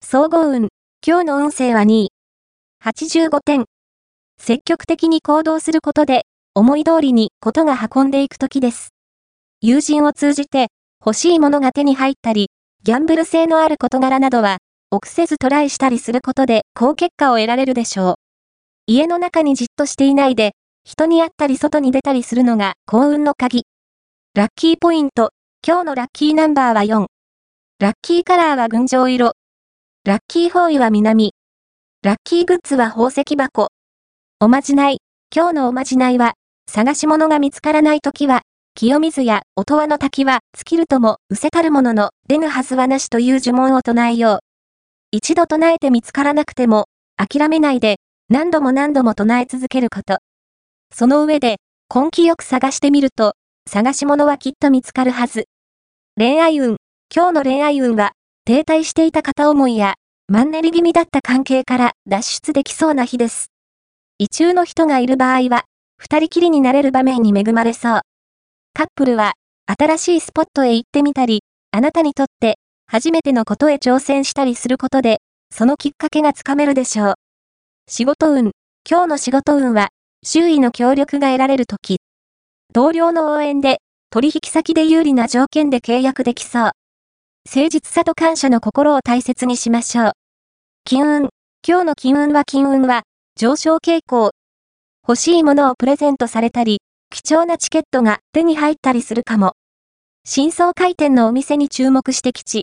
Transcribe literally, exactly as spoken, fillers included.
総合運。今日の運勢はにい。はちじゅうごてん。積極的に行動することで、思い通りにことが運んでいく時です。友人を通じて、欲しいものが手に入ったり、ギャンブル性のある事柄などは、臆せずトライしたりすることで好結果を得られるでしょう。家の中にじっとしていないで、人に会ったり外に出たりするのが幸運の鍵。ラッキーポイント。今日のラッキーナンバーはよん。ラッキーカラーは群青色。ラッキーフォーイは南。ラッキーグッズは宝石箱。おまじない。今日のおまじないは、探し物が見つからないときは、清水や音羽の滝は尽きるとも失せたるものの出ぬはずはなしという呪文を唱えよう。一度唱えて見つからなくても、諦めないで、何度も何度も唱え続けること。その上で、根気よく探してみると、探し物はきっと見つかるはず。恋愛運。今日の恋愛運は、停滞していた片思いや、マンネリ気味だった関係から脱出できそうな日です。意中の人がいる場合は、二人きりになれる場面に恵まれそう。カップルは、新しいスポットへ行ってみたり、あなたにとって、初めてのことへ挑戦したりすることで、そのきっかけがつかめるでしょう。仕事運。今日の仕事運は、周囲の協力が得られるとき。同僚の応援で、取引先で有利な条件で契約できそう。誠実さと感謝の心を大切にしましょう。金運。今日の金運は金運は、上昇傾向。欲しいものをプレゼントされたり、貴重なチケットが手に入ったりするかも。新装開店のお店に注目して吉。